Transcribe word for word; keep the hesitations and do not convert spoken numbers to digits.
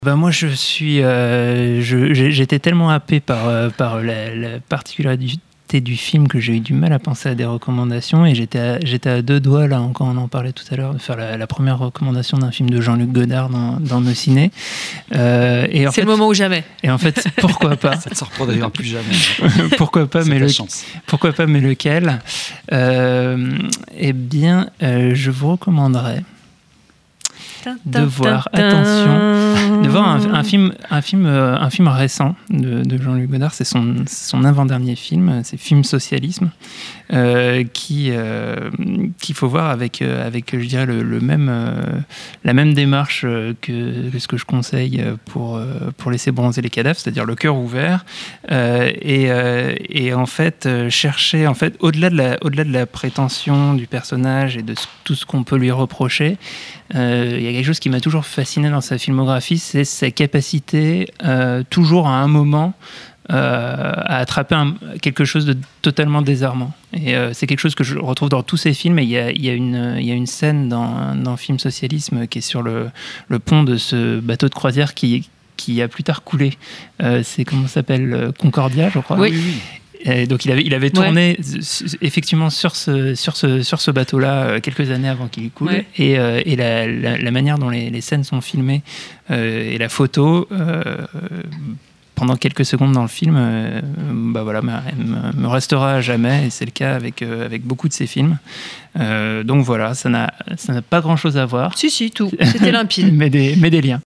Bah moi je suis, euh, je, j'ai, j'étais tellement happé par, euh, par la, la particularité du film que j'ai eu du mal à penser à des recommandations et j'étais à, j'étais à deux doigts là, quand on en parlait tout à l'heure, de faire la, la première recommandation d'un film de Jean-Luc Godard dans, dans nos ciné. Euh, et en C'est fait, le moment ou jamais. Et en fait, pourquoi pas. Ça ne se reproduira plus jamais. pourquoi pas, mais le, pourquoi pas, mais lequel euh, Eh bien, euh, je vous recommanderais de voir, attention, de voir un, un film, un film, un film récent de, de Jean-Luc Godard. C'est son, son avant-dernier film, c'est Film Socialisme, euh, qui euh, qu'il faut voir avec, avec, je dirais, le, le même, euh, la même démarche que, que ce que je conseille pour pour laisser bronzer les cadavres, c'est-à-dire le cœur ouvert, euh, et, euh, et en fait chercher, en fait, au-delà de la, au-delà de la prétention du personnage et de tout ce qu'on peut lui reprocher. Euh, il y a quelque chose qui m'a toujours fasciné dans sa filmographie, c'est sa capacité, euh, toujours à un moment, euh, à attraper un, quelque chose de totalement désarmant. Et euh, c'est quelque chose que je retrouve dans tous ses films. Et il y a, il y a, une, il y a une scène dans, dans Film Socialisme qui est sur le, le pont de ce bateau de croisière qui, qui a plus tard coulé. Euh, c'est comment ça s'appelle, Concordia, je crois. Oui, oui, oui. Et donc il avait, il avait tourné ouais. effectivement sur ce, sur ce, sur ce bateau-là quelques années avant qu'il coule. Ouais. Et, euh, et la, la, la manière dont les, les scènes sont filmées euh, et la photo, euh, pendant quelques secondes dans le film, euh, bah voilà, me, me restera à jamais. Et c'est le cas avec, euh, avec beaucoup de ces films. Euh, donc voilà, ça n'a, ça n'a pas grand-chose à voir. Si, si, tout. C'était limpide. mais, des, mais des liens.